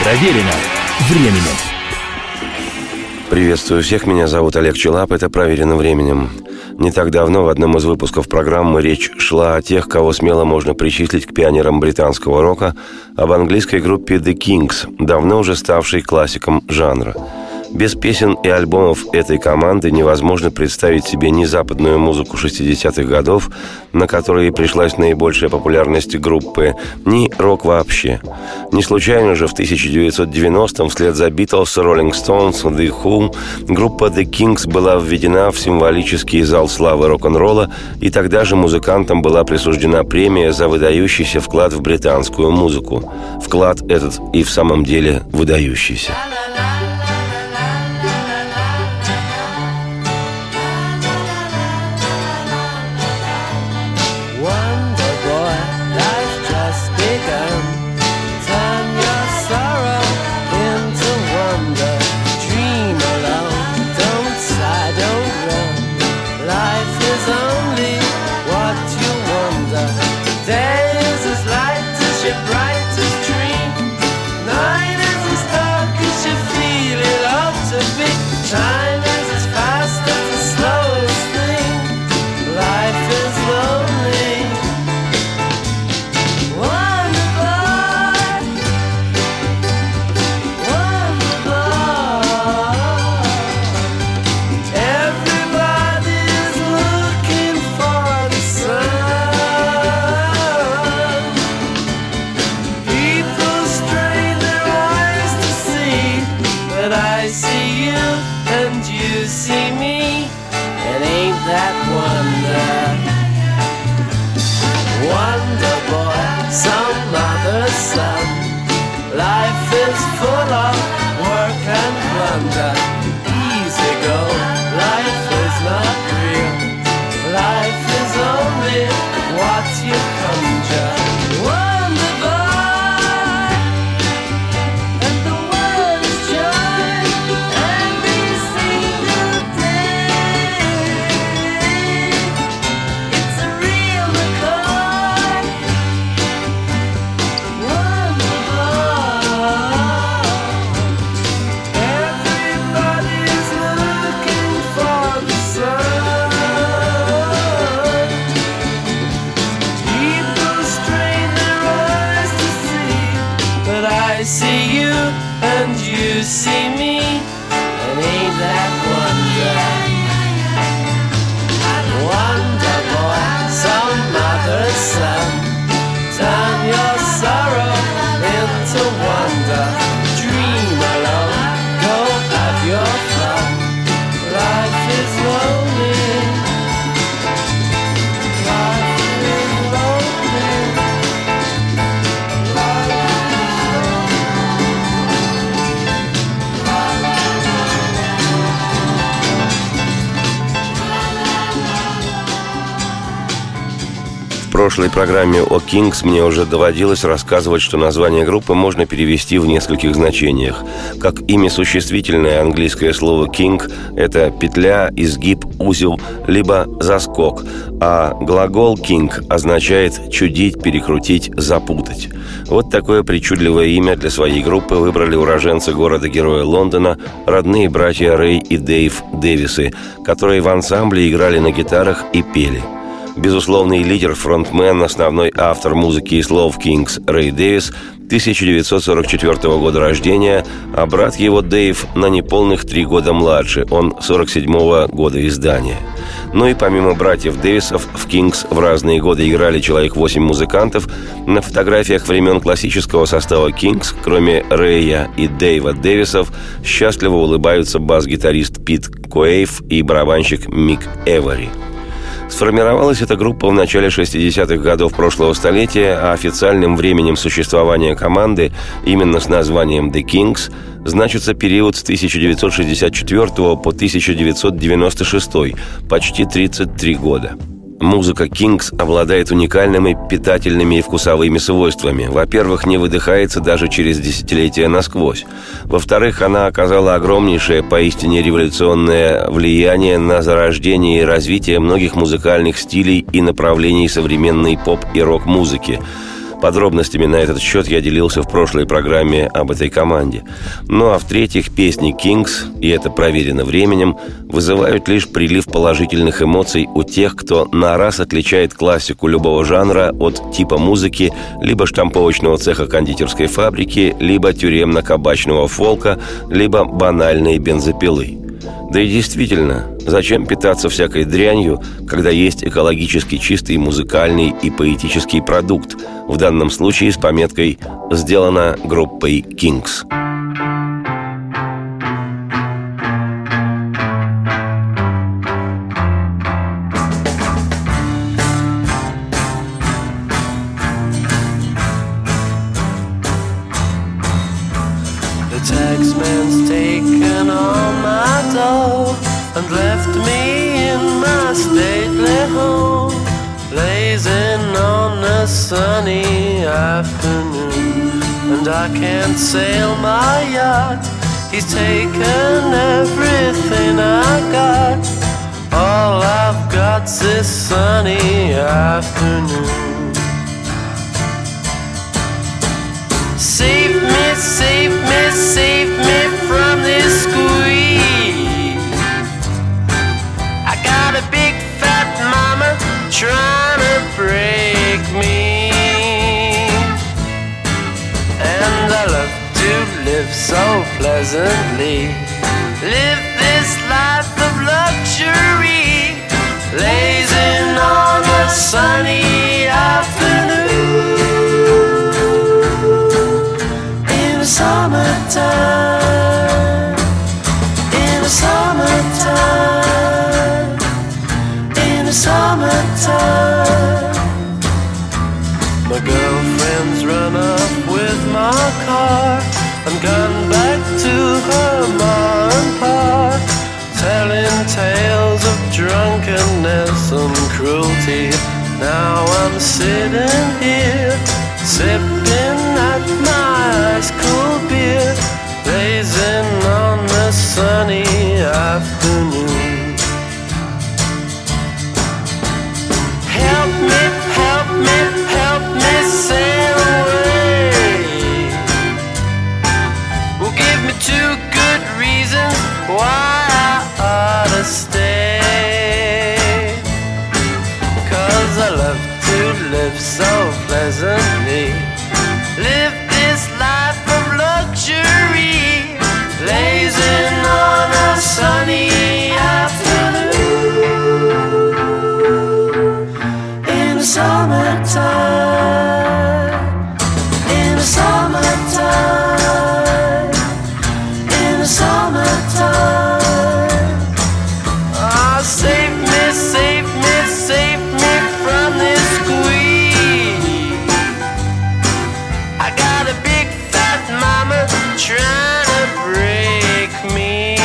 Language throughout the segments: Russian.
Проверено временем. Приветствую всех, меня зовут Олег Челап, это «Проверено временем». Не так давно в одном из выпусков программы речь шла о тех, кого смело можно причислить к пионерам британского рока, об английской группе The Kinks, давно уже ставшей классиком жанра. Без песен и альбомов этой команды невозможно представить себе ни западную музыку 60-х годов, на которой пришлась наибольшая популярность группы, ни рок вообще. Не случайно же в 1990-м вслед за Beatles, Rolling Stones, The Who группа The Kinks была введена в символический зал славы рок-н-ролла, и тогда же музыкантам была присуждена премия за выдающийся вклад в британскую музыку. Вклад этот и в самом деле выдающийся. В прошлой программе о Kinks мне уже доводилось рассказывать, что название группы можно перевести в нескольких значениях. Как имя существительное английское слово «king» — это петля, изгиб, узел, либо заскок, а глагол «king» означает чудить, перекрутить, запутать. Вот такое причудливое имя для своей группы выбрали уроженцы города-героя Лондона, родные братья Рэй и Дэйв Дэвисы, которые в ансамбле играли на гитарах и пели. Безусловный лидер, фронтмен, основной автор музыки и слов Kinks Рэй Дэвис 1944 года рождения, а брат его Дэйв на неполных 3 года младше, он 47-го года издания. Ну и помимо братьев Дэвисов в Kinks в разные годы играли человек 8 музыкантов. На фотографиях времен классического состава Kinks, кроме Рэя и Дэйва Дэвисов, счастливо улыбаются бас-гитарист Пит Коэйв и барабанщик Мик Эвери. Сформировалась эта группа в начале 60-х годов прошлого столетия, а официальным временем существования команды, именно с названием The Kinks, значится период с 1964 по 1996, почти 33 года. Музыка Kinks обладает уникальными питательными и вкусовыми свойствами. Во-первых, не выдыхается даже через десятилетия насквозь. Во-вторых, она оказала огромнейшее, поистине революционное влияние на зарождение и развитие многих музыкальных стилей и направлений современной поп- и рок-музыки. Подробностями на этот счет я делился в прошлой программе об этой команде. Ну а в-третьих, песни Kings, и это проверено временем, вызывают лишь прилив положительных эмоций у тех, кто на раз отличает классику любого жанра от типа музыки либо штамповочного цеха кондитерской фабрики, либо тюремно-кабачного фолка, либо банальной бензопилы. Да и действительно, зачем питаться всякой дрянью, когда есть экологически чистый музыкальный и поэтический продукт, в данном случае с пометкой «Сделано группой Kings». And left me in my stately home, blazing on a sunny afternoon. And I can't sail my yacht, he's taken everything I got. All I've got's this sunny afternoon. Save me, save me, save me from this squeeze. Trying to break me, and I love to live so pleasantly, live this life of luxury, lazing on a sunny afternoon in the summertime, in the summertime, summertime. My girlfriend's run up with my car and gone back to her ma and pa, telling tales of drunkenness and cruelty. Now I'm sitting here, sipping at my ice cold beer, blazing on the sunny afternoon. Help me sail away. Well, give me 2 good reasons why I ought to stay. 'Cause I love to live so pleasantly, live this life of luxury, blazing on a sunny afternoon. Summertime, in the summertime, in the summertime. Oh, save me, save me, save me from this squeeze. I got a big fat mama trying to break me,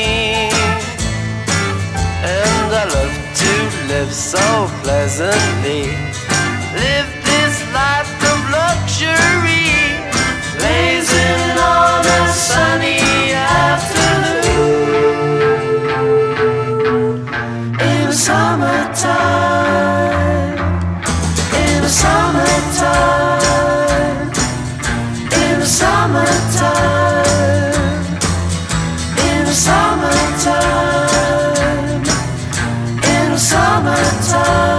and I love to live so pleasantly, live this life of luxury, blazing on a sunny afternoon in the summertime, in the summertime, in the summertime, in the summertime, in the summertime.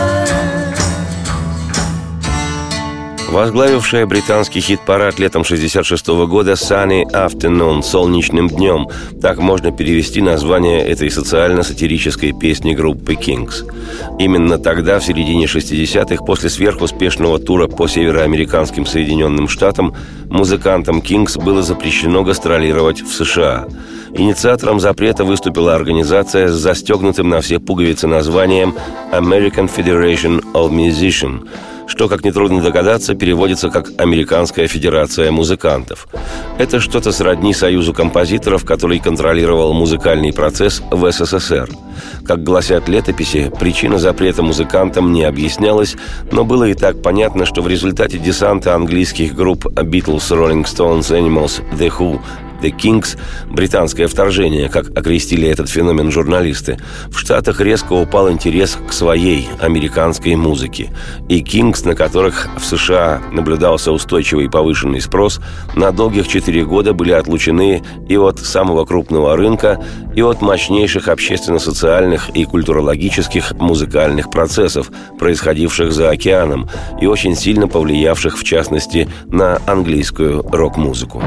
Возглавившая британский хит-парад летом 1966 года «Sunny Afternoon» — «Солнечным днем» — так можно перевести название этой социально-сатирической песни группы Kings. Именно тогда, в середине 60-х, после сверхуспешного тура по североамериканским Соединенным Штатам, музыкантам Kings было запрещено гастролировать в США. Инициатором запрета выступила организация с застегнутым на все пуговицы названием «American Federation of Musicians», что, как нетрудно догадаться, переводится как «Американская федерация музыкантов». Это что-то сродни Союзу композиторов, который контролировал музыкальный процесс в СССР. Как гласят летописи, причина запрета музыкантам не объяснялась, но было и так понятно, что в результате десанта английских групп Beatles, Rolling Stones, Animals, The Who «The Kinks», британское вторжение, как окрестили этот феномен журналисты, в Штатах резко упал интерес к своей американской музыке. И «Кингс», на которых в США наблюдался устойчивый повышенный спрос, на долгих 4 года были отлучены и от самого крупного рынка, и от мощнейших общественно-социальных и культурологических музыкальных процессов, происходивших за океаном, и очень сильно повлиявших, в частности, на английскую рок-музыку.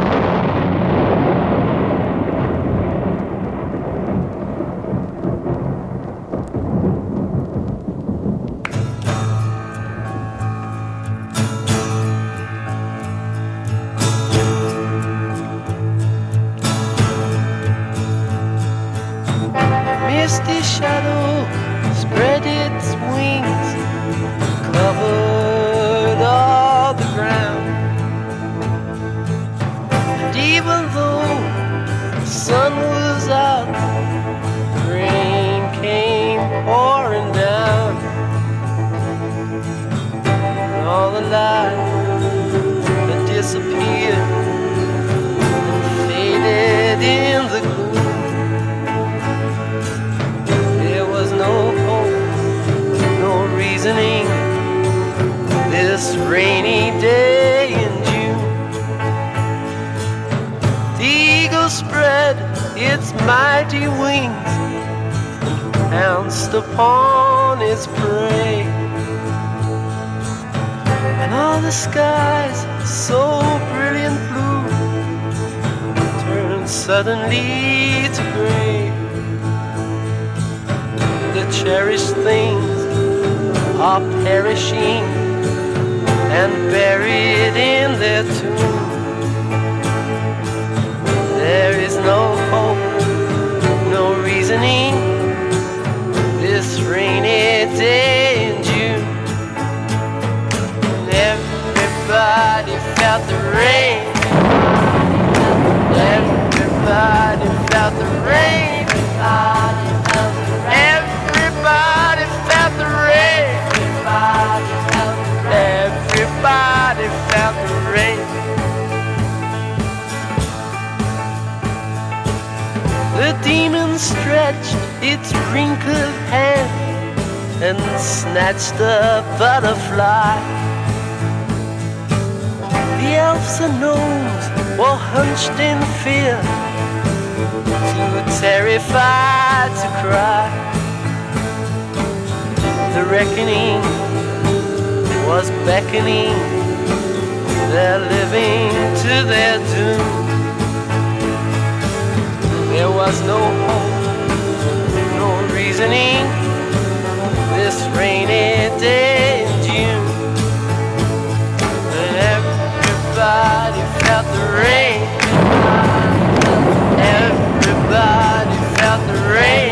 Misty shadow spread its wings, covered all the ground. And even though the sun was out, rain came pouring down. And all the light had disappeared and faded in the gloom. No hope, no reasoning, this rainy day in June. The eagle spread its mighty wings and pounced upon its prey. And all the skies, so brilliant blue, turned suddenly to gray. The cherished things are perishing and buried in their tomb. There is no hope, no reasoning, this rainy day in June. Everybody felt the rain. Everybody felt the rain. Everybody felt the rain. Everybody felt the rain. The demon stretched its wrinkled hand and snatched a butterfly. The elves and gnomes were hunched in fear, too terrified to cry. The reckoning was beckoning, they're living to their doom. There was no hope, no reasoning, this rainy day in June. And everybody felt the rain. Everybody felt the rain.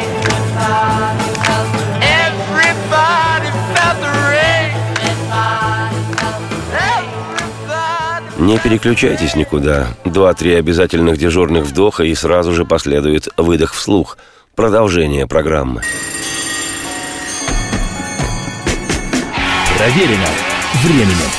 Everybody felt the rain. Не переключайтесь никуда. 2-3 обязательных дежурных вдоха, и сразу же последует выдох вслух. Продолжение программы. Проверено временем.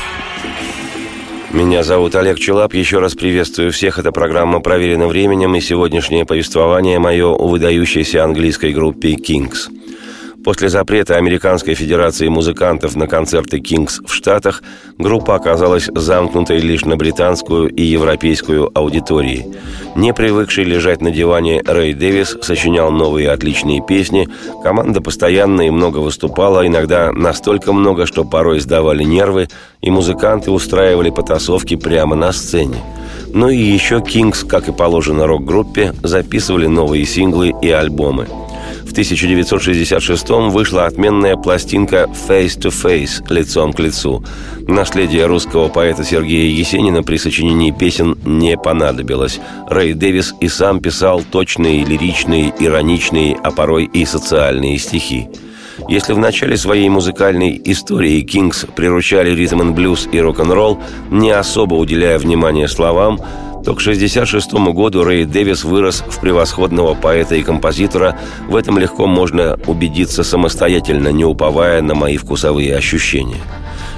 Меня зовут Олег Челап. Еще раз приветствую всех. Это программа «Проверено временем», и сегодняшнее повествование мое о выдающейся английской группе «Кингс». После запрета Американской Федерации музыкантов на концерты «Кингс» в Штатах группа оказалась замкнутой лишь на британскую и европейскую аудитории. Не привыкший лежать на диване Рэй Дэвис сочинял новые отличные песни, команда постоянно и много выступала, иногда настолько много, что порой сдавали нервы, и музыканты устраивали потасовки прямо на сцене. Ну и еще «Кингс», как и положено рок-группе, записывали новые синглы и альбомы. В 1966-м вышла отменная пластинка «Face to Face» – «Лицом к лицу». Наследие русского поэта Сергея Есенина при сочинении песен не понадобилось. Рэй Дэвис и сам писал точные, лиричные, ироничные, а порой и социальные стихи. Если в начале своей музыкальной истории «Кингс» приручали ритм-н-блюз и рок-н-ролл, не особо уделяя внимания словам, то к 1966 году Рэй Дэвис вырос в превосходного поэта и композитора. В этом легко можно убедиться самостоятельно, не уповая на мои вкусовые ощущения.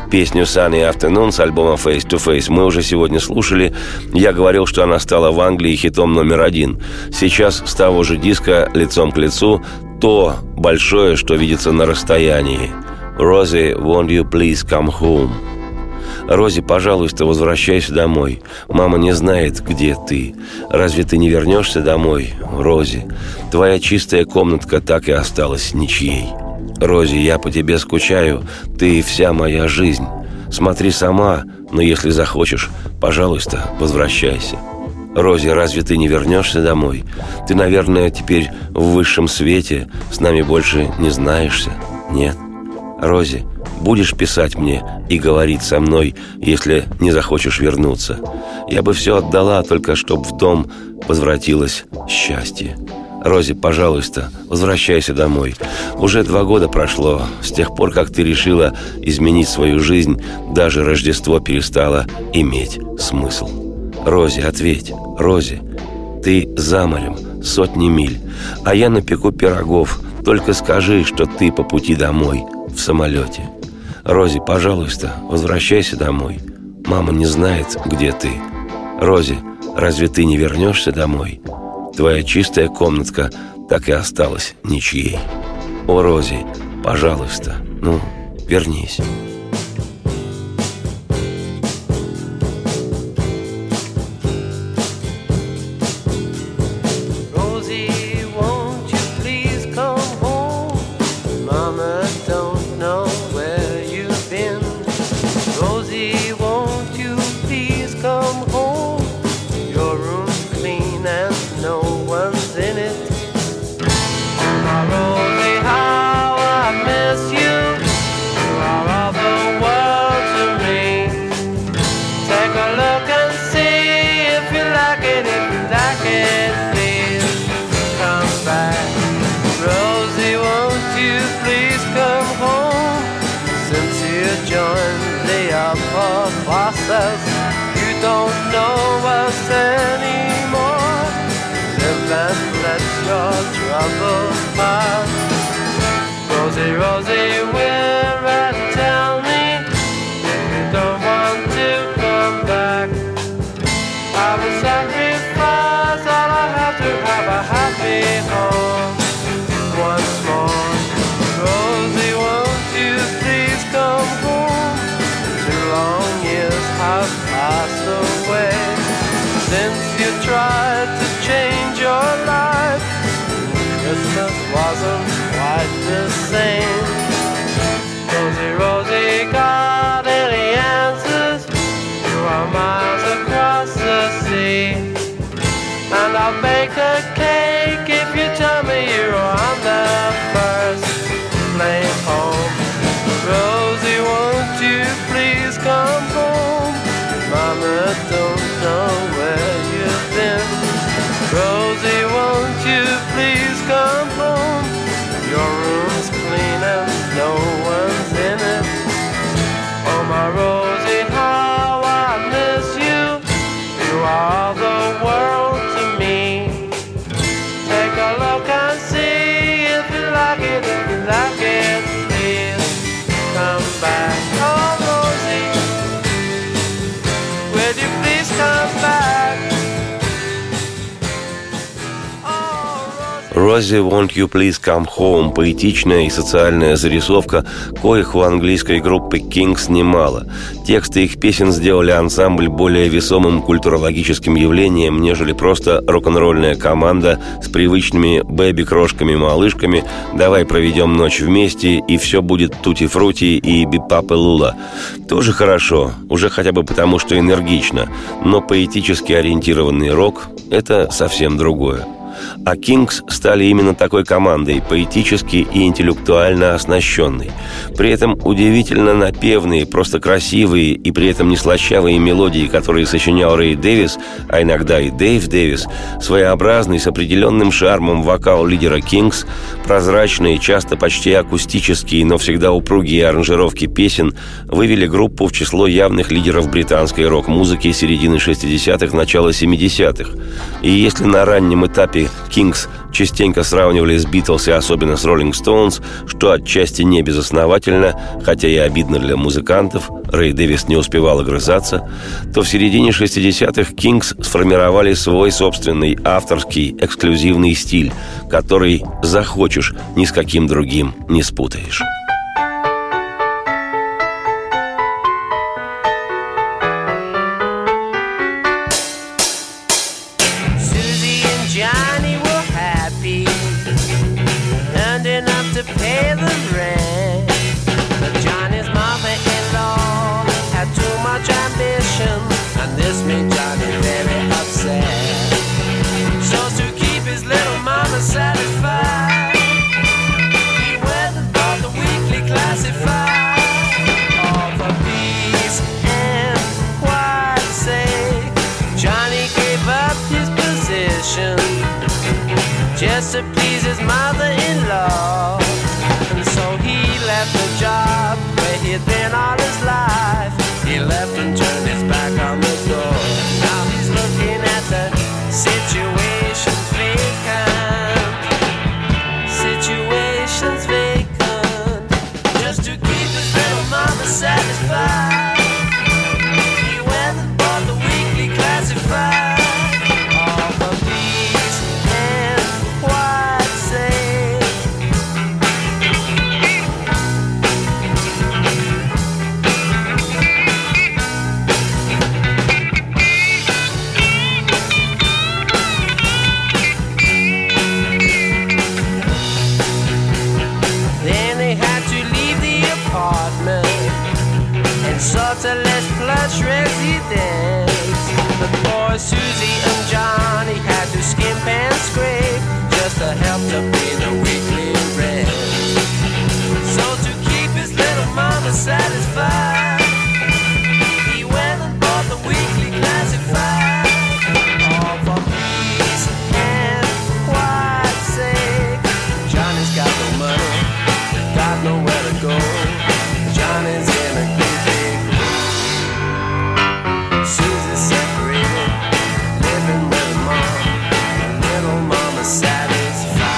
Песню Sunny Afternoon с альбома Face to Face мы уже сегодня слушали. Я говорил, что она стала в Англии хитом номер 1. Сейчас с того же диска «Лицом к лицу» то большое, что видится на расстоянии. «Rosie, won't you please come home?» «Рози, пожалуйста, возвращайся домой. Мама не знает, где ты. Разве ты не вернешься домой, Рози? Твоя чистая комнатка так и осталась ничьей. Рози, я по тебе скучаю, ты вся моя жизнь. Смотри сама, но если захочешь, пожалуйста, возвращайся. Рози, разве ты не вернешься домой? Ты, наверное, теперь в высшем свете, с нами больше не знаешься, нет? Рози, будешь писать мне и говорить со мной, если не захочешь вернуться? Я бы все отдала, только чтоб в дом возвратилось счастье. Рози, пожалуйста, возвращайся домой. Уже 2 года прошло, с тех пор, как ты решила изменить свою жизнь, даже Рождество перестало иметь смысл. Рози, ответь, Рози, ты за морем, сотни миль, а я напеку пирогов. Только скажи, что ты по пути домой в самолете. Рози, пожалуйста, возвращайся домой. Мама не знает, где ты. Рози, разве ты не вернешься домой? Твоя чистая комнатка так и осталась ничьей. О, Рози, пожалуйста, ну, вернись. You don't know us anymore. Live and let your troubles pass. Rosie, Rosie, where at? Tell me if you don't want to come back. I will sacrifice all I have to have a happy home once more. Rosie, won't you please come home? Too long years have passed away since you tried to change your life. Christmas wasn't quite the same. Rosie, Rosie, got any answers? You are miles across the sea, and I'll bake a cake if you tell me you're on the first plane home. Rosie, won't you please come home? Mama don't know where you've been. Rosie, won't you please come home? Your room's clean and no one's in it. Oh my Rosie, how I miss you. You are the world to me. Take a look and see if you like it, if you like it, please come back. Oh Rosie, will you please come back? «Rosie, won't you please come home» – поэтичная и социальная зарисовка, коих у английской группы Kings немало. Тексты их песен сделали ансамбль более весомым культурологическим явлением, нежели просто рок-н-ролльная команда с привычными бэби-крошками-малышками «давай проведем ночь вместе, и все будет тути-фрути» и «бипапы-лула». Тоже хорошо, уже хотя бы потому, что энергично, но поэтически ориентированный рок – это совсем другое. А Kings стали именно такой командой, поэтически и интеллектуально оснащенной. При этом удивительно напевные, просто красивые и при этом не слащавые мелодии, которые сочинял Рэй Дэвис, а иногда и Дэйв Дэвис, своеобразный с определенным шармом вокал лидера Kings, прозрачные, часто почти акустические, но всегда упругие аранжировки песен вывели группу в число явных лидеров британской рок-музыки середины 60-х, начала 70-х. И если на раннем этапе Kings частенько сравнивали с Битлз и особенно с Роллинг Стоунс, что отчасти не безосновательно, хотя и обидно для музыкантов, Рэй Дэвис не успевал огрызаться, то в середине 60-х Кингс сформировали свой собственный авторский эксклюзивный стиль, который захочешь, ни с каким другим не спутаешь. Just to please his mother-in-law. And so he left the job where he'd been all his life. He left and turned his back on the door. Now he's looking at the situation's vacant. Situation's vacant. Just to keep his little mama satisfied, he went and bought the weekly classified. Sorterless plush residence. The boys Susie and Johnny had to skimp and scrape just to help to pay the weekly rent. So to keep his little mama satisfied, he went and bought the weekly classified. All for peace and quiet's sake. Johnny's got no money, got nowhere to go. Johnny's in a Susie's separated, living with mom, little mama satisfied.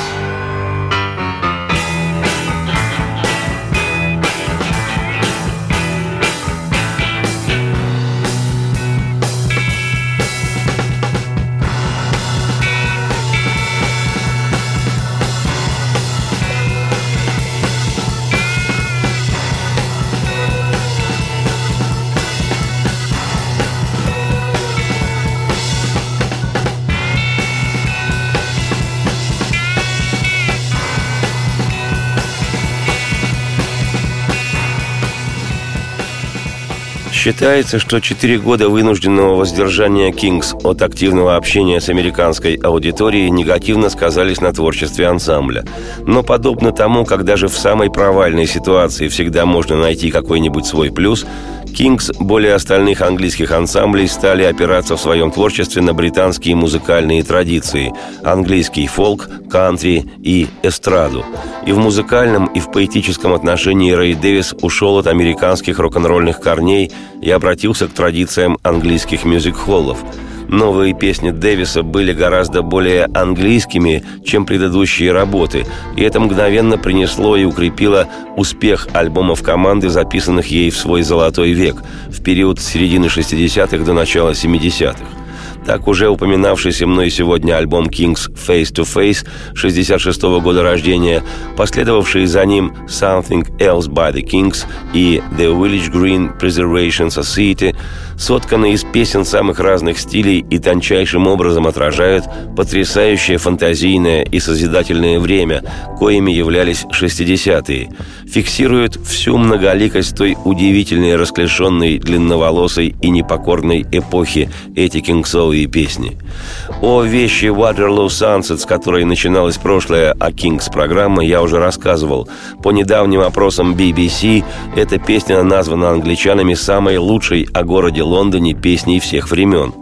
Считается, что 4 года вынужденного воздержания Кингс от активного общения с американской аудиторией негативно сказались на творчестве ансамбля. Но подобно тому, как даже в самой провальной ситуации всегда можно найти какой-нибудь свой плюс, Кингс более остальных английских ансамблей стали опираться в своем творчестве на британские музыкальные традиции – английский фолк, кантри и эстраду. И в музыкальном, и в поэтическом отношении Рэй Дэвис ушел от американских рок-н-ролльных корней и обратился к традициям английских мюзик-холлов. Новые песни Дэвиса были гораздо более английскими, чем предыдущие работы, и это мгновенно принесло и укрепило успех альбомов команды, записанных ей в свой золотой век, в период с середины 60-х до начала 70-х. Так уже упоминавшийся мной сегодня альбом Kings Face to Face 66-го года рождения, последовавшие за ним Something Else by the Kings и The Village Green Preservation Society, сотканные из песен самых разных стилей и тончайшим образом отражают потрясающее фантазийное и созидательное время, коими являлись 60-е, фиксируют всю многоликость той удивительной, расклешенной, длинноволосой и непокорной эпохи эти кингсовые песни. О вещи Waterloo Sunset, с которой начиналась прошлая «А Кингс» программа, я уже рассказывал. По недавним опросам BBC, эта песня названа англичанами самой лучшей о городе Лондоне песней всех времен.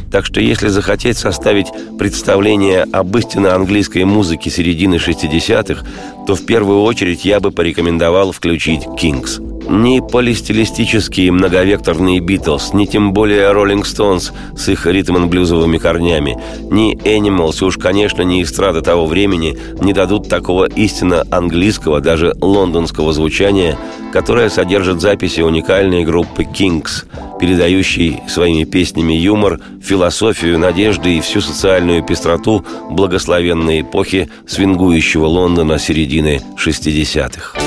Так что если захотеть составить представление об истинно английской музыке середины 60-х, то в первую очередь я бы порекомендовал включить Кингс. Ни полистилистические многовекторные Битлз, ни тем более Роллинг Стоунс с их ритм-н-блюзовыми корнями, ни Animals, и уж, конечно, не эстрада того времени не дадут такого истинно английского, даже лондонского звучания, которое содержит записи уникальной группы Кингс, передающей своими песнями юмор, философию, надежды и всю социальную пестроту благословенной эпохи свингующего Лондона середины 60-х.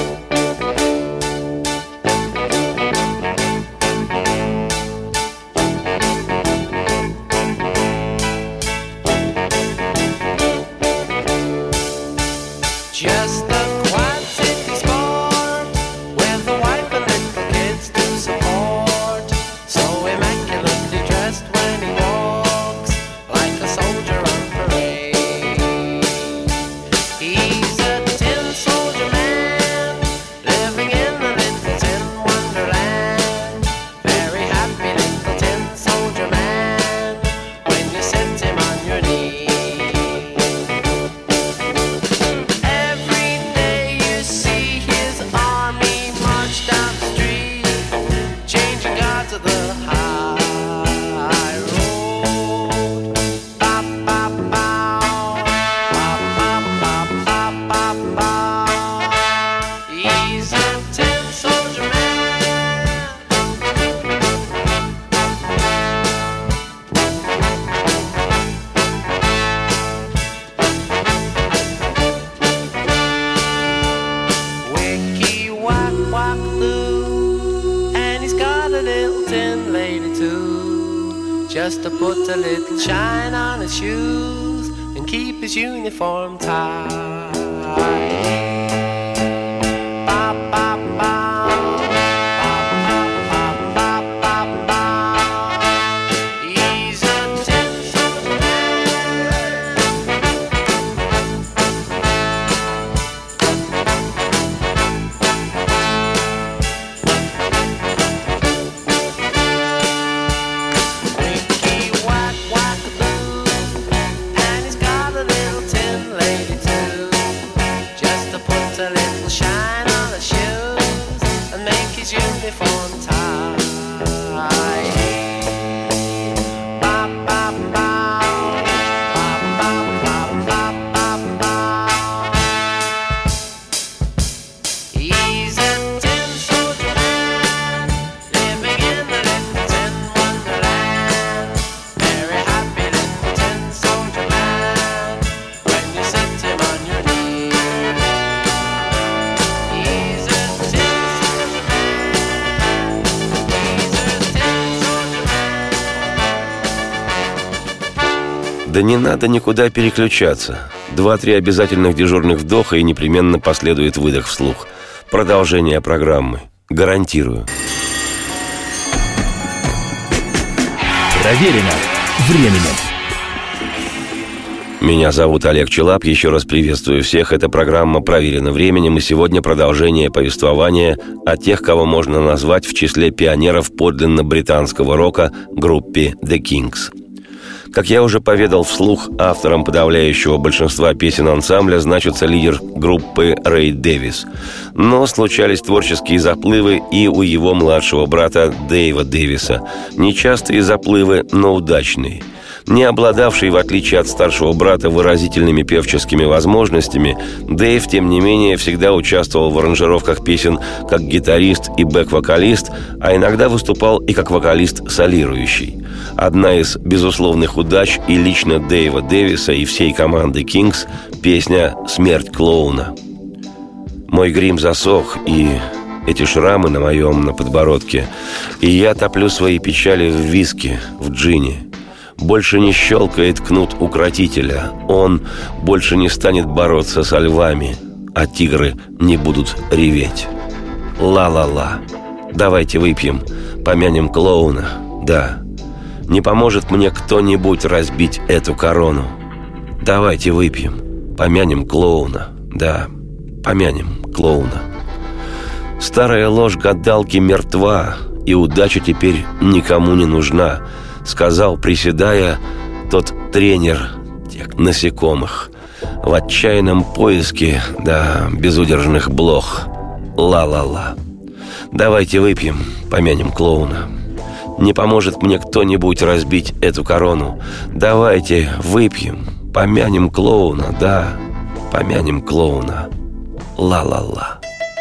Just to put a little shine on his shoes and keep his uniform tight. Ba, ba, ba. Да не надо никуда переключаться. 2-3 обязательных дежурных вдоха, и непременно последует выдох вслух. Продолжение программы. Гарантирую. Проверено временем. Меня зовут Олег Челап. Еще раз приветствую всех. Это программа «Проверено временем», и сегодня продолжение повествования о тех, кого можно назвать в числе пионеров подлинно британского рока группе The Kinks. Как я уже поведал вслух, автором подавляющего большинства песен ансамбля значится лидер группы Рэй Дэвис. Но случались творческие заплывы и у его младшего брата Дэйва Дэвиса. Нечастые заплывы, но удачные. Не обладавший, в отличие от старшего брата, выразительными певческими возможностями, Дэйв, тем не менее, всегда участвовал в аранжировках песен как гитарист и бэк-вокалист, а иногда выступал и как вокалист солирующий. Одна из безусловных удач и лично Дэйва Дэвиса и всей команды Кингс – песня «Смерть клоуна». Мой грим засох, и эти шрамы на подбородке, и я топлю свои печали в виске, в джине. Больше не щелкает кнут укротителя. Он больше не станет бороться со львами, а тигры не будут реветь. Ла-ла-ла. Давайте выпьем, помянем клоуна. Да, не поможет мне кто-нибудь разбить эту корону. Давайте выпьем, помянем клоуна. Да, помянем клоуна. Старая ложь гадалки мертва, и удача теперь никому не нужна. сказал, приседая, тот тренер тех насекомых в отчаянном поиске, да, безудержных блох. Ла-ла-ла. Давайте выпьем, помянем клоуна. Не поможет мне кто-нибудь разбить эту корону. Давайте выпьем, помянем клоуна, да, помянем клоуна. Ла-ла-ла.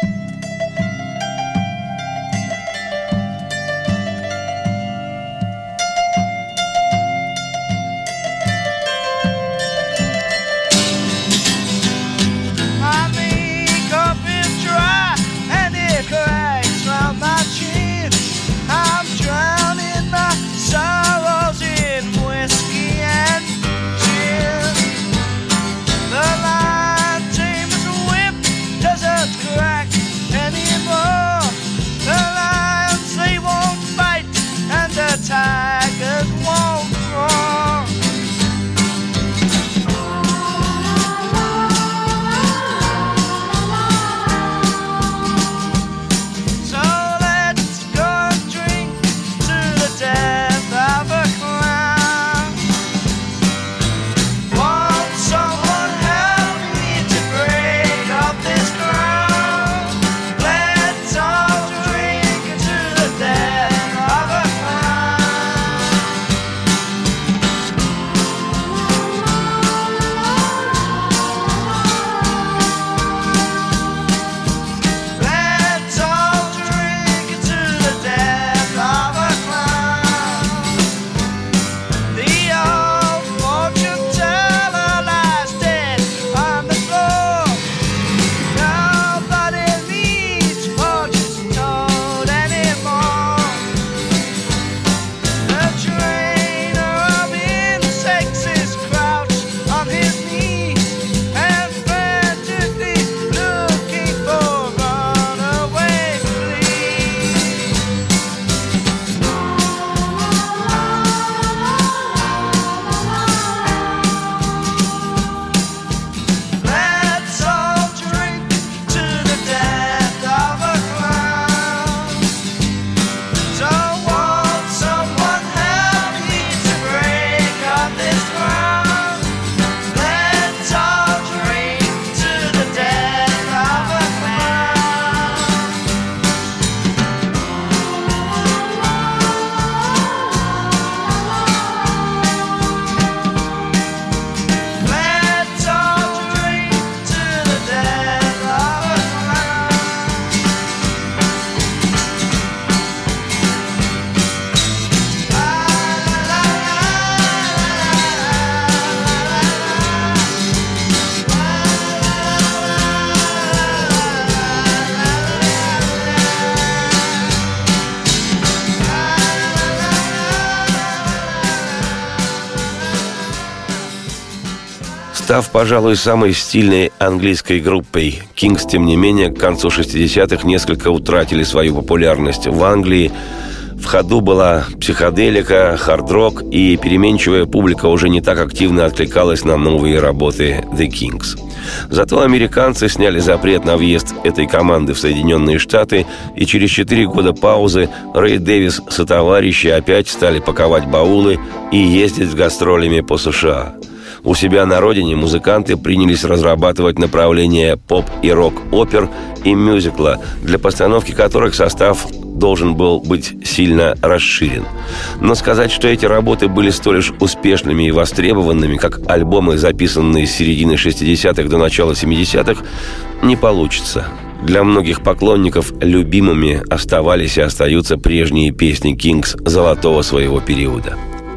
Став, пожалуй, самой стильной английской группой, Кингс, тем не менее, к концу 60-х несколько утратили свою популярность в Англии. В ходу была психоделика, хард-рок, и переменчивая публика уже не так активно откликалась на новые работы The Kinks. Зато американцы сняли запрет на въезд этой команды в Соединенные Штаты, и через 4 года паузы Рэй Дэвис со товарищи опять стали паковать баулы и ездить с гастролями по США. У себя на родине музыканты принялись разрабатывать направления поп- и рок-опер и мюзикла, для постановки которых состав должен был быть сильно расширен. Но сказать, что эти работы были столь уж успешными и востребованными, как альбомы, записанные с середины 60-х до начала 70-х, не получится. Для многих поклонников любимыми оставались и остаются прежние песни Кингс золотого своего периода.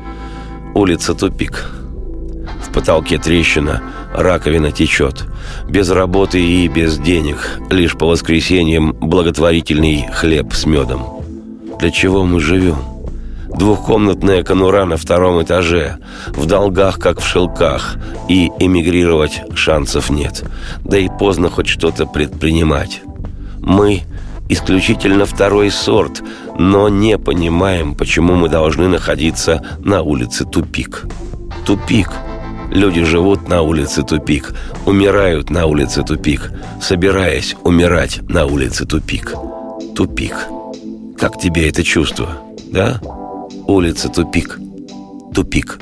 «Улица Тупик». В потолке трещина, раковина течет. Без работы и без денег, лишь по воскресеньям благотворительный хлеб с медом. Для чего мы живем? Двухкомнатная конура на 2-м этаже, в долгах, как в шелках, и эмигрировать шансов нет. Да и поздно хоть что-то предпринимать. Мы исключительно второй сорт, но не понимаем, почему мы должны находиться на улице Тупик. Тупик. Люди живут на улице Тупик, умирают на улице Тупик, собираясь умирать на улице Тупик. Тупик. Как тебе это чувство, да? Улица Тупик. тупик.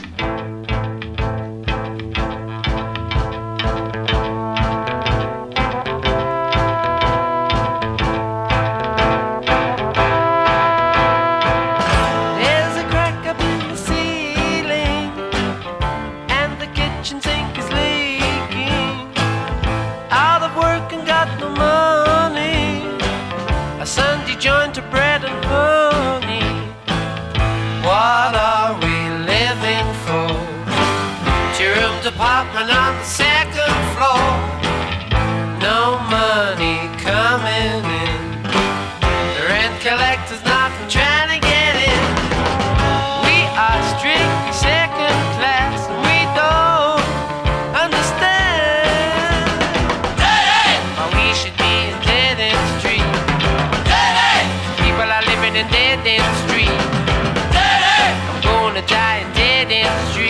Apartment on the second floor. No money coming in. The rent collector's not trying to get in. We are strictly second class and we don't understand why we should be in dead-end street. People are living in dead-end street. I'm gonna die in dead-end street.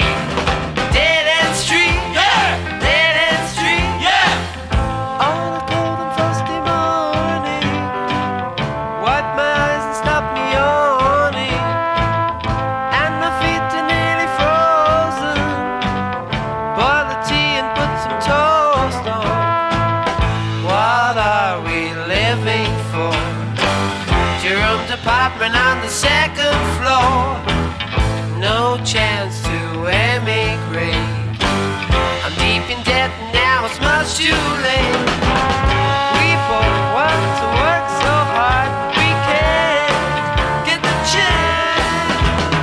Apartment on the second floor. No chance to emigrate. I'm deep in debt and now it's much too late. We both want to work so hard, but we can't get the chance.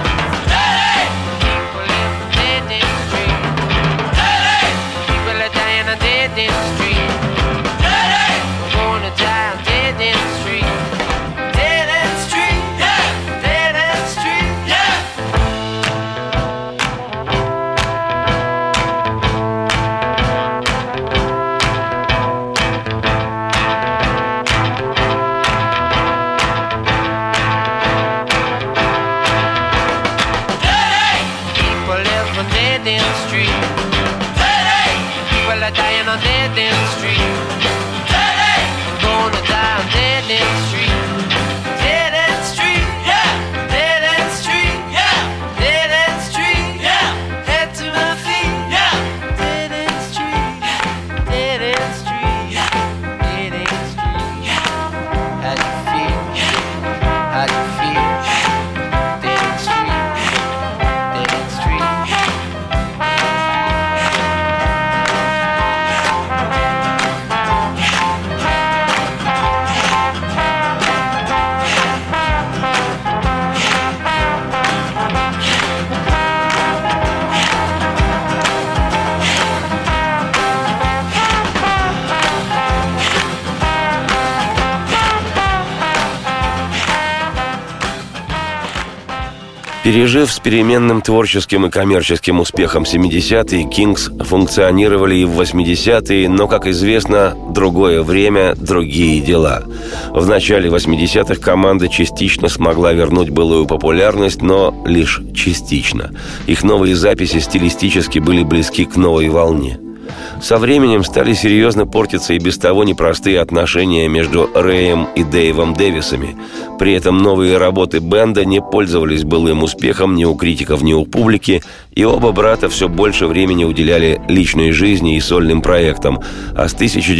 People live on dead-end street. People are dying on dead-end street. We're gonna die on dead-end street. Dying on dead-end street. I'm gonna die on dead-end street. Dead-end street, yeah. Dead-end street, yeah. Dead-end street, yeah. Head to my feet, yeah. Dead-end street, yeah. Dead-end street, yeah. Dead-end street, yeah. How do you feel? How do you feel? Dead-end street, dead-end street. Пережив с переменным творческим и коммерческим успехом 70-е, Кингс функционировали и в 80-е, но, как известно, другое время, другие дела. В начале 80-х команда частично смогла вернуть былую популярность, но лишь частично. Их новые записи стилистически были близки к новой волне. Со временем стали серьезно портиться и без того непростые отношения между Рэем и Дэйвом Дэвисами. При этом новые работы бенда не пользовались былым успехом ни у критиков, ни у публики, и оба брата все больше времени уделяли личной жизни и сольным проектам, а с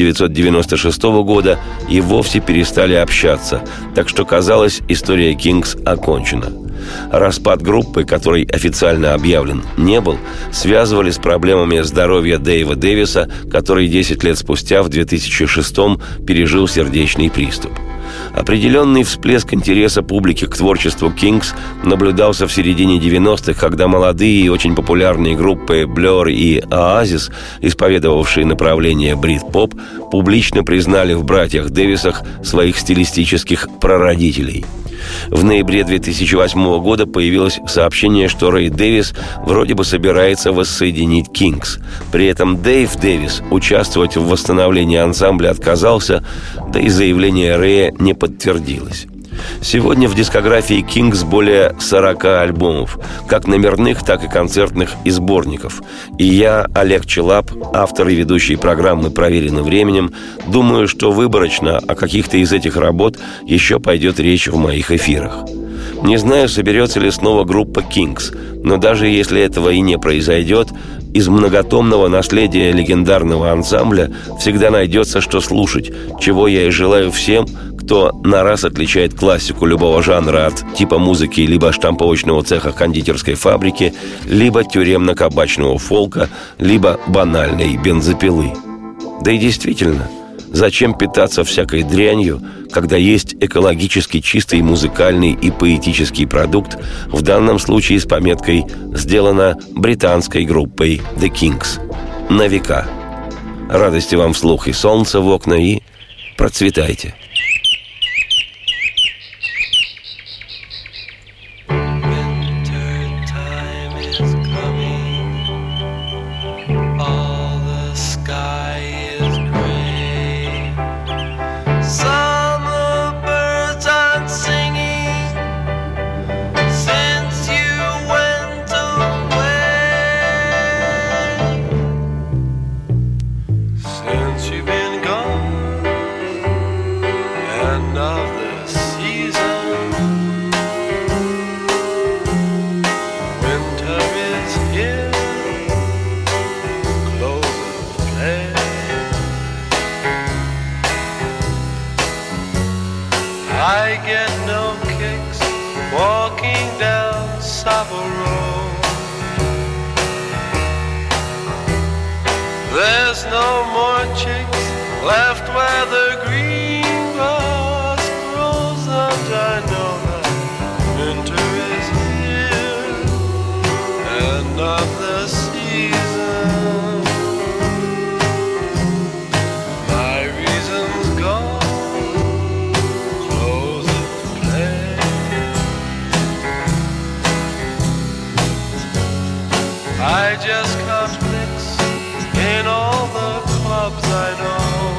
1996 года и вовсе перестали общаться, так что, казалось, история Кингс окончена. Распад группы, который официально объявлен не был, связывали с проблемами здоровья Дэйва Дэвиса, который 10 лет спустя, в 2006-м, пережил сердечный приступ. Определенный всплеск интереса публики к творчеству Кингс наблюдался в середине 90-х, когда молодые и очень популярные группы Blur и Oasis, исповедовавшие направление брит-поп, публично признали в братьях Дэвисах своих стилистических прародителей. В ноябре 2008 года появилось сообщение, что Рэй Дэвис вроде бы собирается воссоединить Кингс. При этом Дэйв Дэвис участвовать в восстановлении ансамбля отказался, да и заявление Рэя не подтвердилось. Сегодня в дискографии Кингс более 40 альбомов, как номерных, так и концертных и сборников. И я, Олег Челап, автор и ведущий программы «Проверено временем», думаю, что выборочно о каких-то из этих работ еще пойдет речь в моих эфирах. Не знаю, соберется ли снова группа Kings, но даже если этого и не произойдет, из многотомного наследия легендарного ансамбля всегда найдется, что слушать, чего я и желаю всем, кто на раз отличает классику любого жанра от типа музыки либо штамповочного цеха кондитерской фабрики, либо тюремно-кабачного фолка, либо банальной бензопилы. Да и действительно, зачем питаться всякой дрянью, когда есть экологически чистый музыкальный и поэтический продукт, в данном случае с пометкой «Сделано британской группой The Kings» на века. Радости вам вслух и солнца в окна, и процветайте! I get no kicks walking down Savile Row. There's no more chicks left where the green grass grows, and I know that winter is here, end of the season. My reason's gone. I just count clicks in all the clubs I know.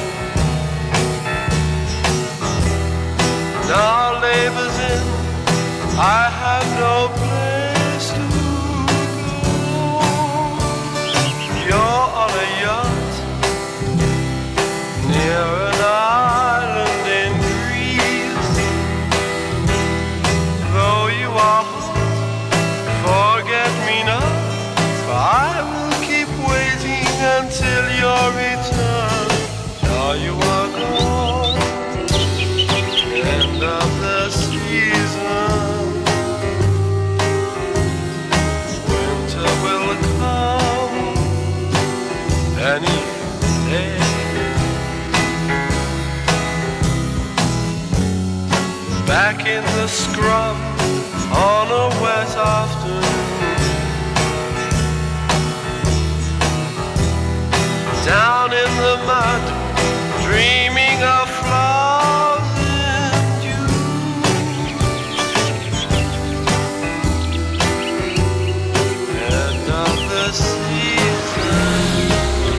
Now labor's in, I have no place to go. You're on a yacht near an island in Greece. Though you are hot, forget me not, I will keep waiting until your return. Now you are gone, end of the season. Winter will come any day. Back in the scrum,